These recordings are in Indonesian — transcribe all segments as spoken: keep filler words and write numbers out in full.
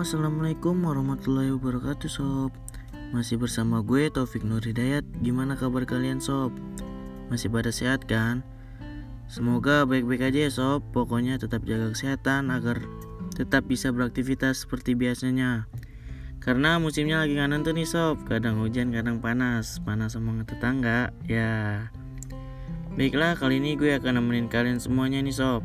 Assalamualaikum warahmatullahi wabarakatuh sob. Masih bersama gue Taufik Nur Hidayat. Gimana kabar kalian sob? Masih pada sehat kan? Semoga baik-baik aja ya sob. Pokoknya tetap jaga kesehatan agar tetap bisa beraktivitas seperti biasanya. Karena musimnya lagi gak nentu nih sob. Kadang hujan kadang panas. Panas sama tetangga ya. Baiklah, kali ini gue akan nemenin kalian semuanya nih sob.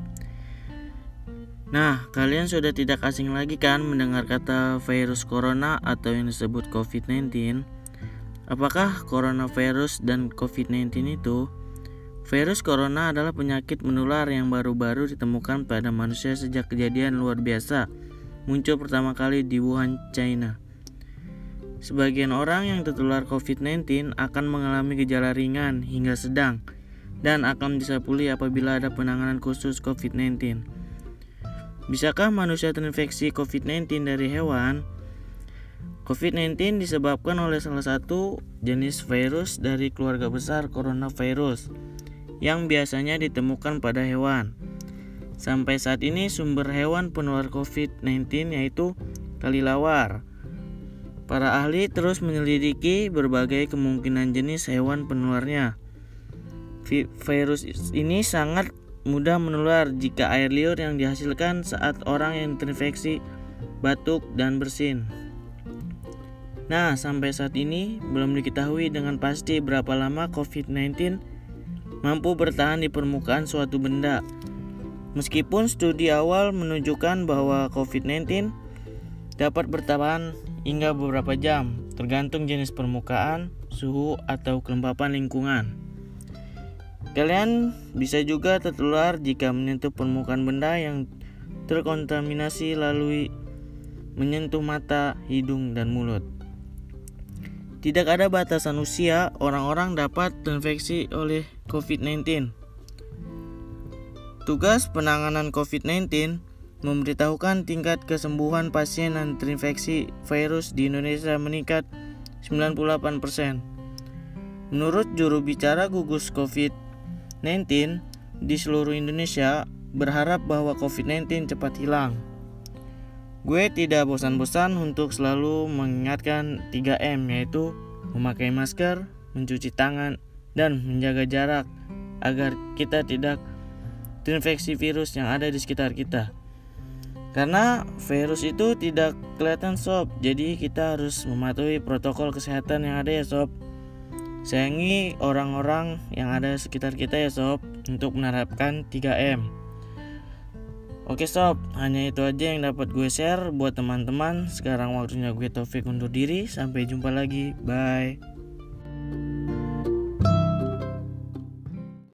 Nah, kalian sudah tidak asing lagi kan mendengar kata virus corona atau yang disebut covid sembilan belas? Apakah coronavirus dan covid sembilan belas itu? Virus corona adalah penyakit menular yang baru-baru ditemukan pada manusia sejak kejadian luar biasa muncul pertama kali di Wuhan, China. Sebagian orang yang tertular covid sembilan belas akan mengalami gejala ringan hingga sedang dan akan bisa pulih apabila ada penanganan khusus covid sembilan belas. Bisakah manusia terinfeksi covid sembilan belas dari hewan? covid sembilan belas disebabkan oleh salah satu jenis virus dari keluarga besar coronavirus yang biasanya ditemukan pada hewan. Sampai saat ini sumber hewan penular covid sembilan belas yaitu kelelawar. Para ahli terus menyelidiki berbagai kemungkinan jenis hewan penularnya. Virus ini sangat mudah menular jika air liur yang dihasilkan saat orang yang terinfeksi batuk dan bersin. Nah, sampai saat ini belum diketahui dengan pasti berapa lama covid sembilan belas mampu bertahan di permukaan suatu benda. Meskipun studi awal menunjukkan bahwa covid sembilan belas dapat bertahan hingga beberapa jam, tergantung jenis permukaan, suhu, atau kelembapan lingkungan. Kalian bisa juga tertular jika menyentuh permukaan benda yang terkontaminasi lalu menyentuh mata, hidung, dan mulut. Tidak ada batasan usia orang-orang dapat terinfeksi oleh covid sembilan belas. Tugas penanganan covid sembilan belas memberitahukan tingkat kesembuhan pasien yang terinfeksi virus di Indonesia meningkat sembilan puluh delapan persen. Menurut juru bicara gugus covid sembilan belas di seluruh Indonesia berharap bahwa covid sembilan belas cepat hilang. Gue tidak bosan-bosan untuk selalu mengingatkan tiga M, yaitu memakai masker, mencuci tangan, dan menjaga jarak agar kita tidak terinfeksi virus yang ada di sekitar kita. Karena virus itu tidak kelihatan sob, jadi kita harus mematuhi protokol kesehatan yang ada ya sob. Sayangi orang-orang yang ada di sekitar kita ya sob, untuk menerapkan tiga M. Oke sob, hanya itu aja yang dapat gue share buat teman-teman. Sekarang waktunya gue Taufik undur diri. Sampai jumpa lagi, bye.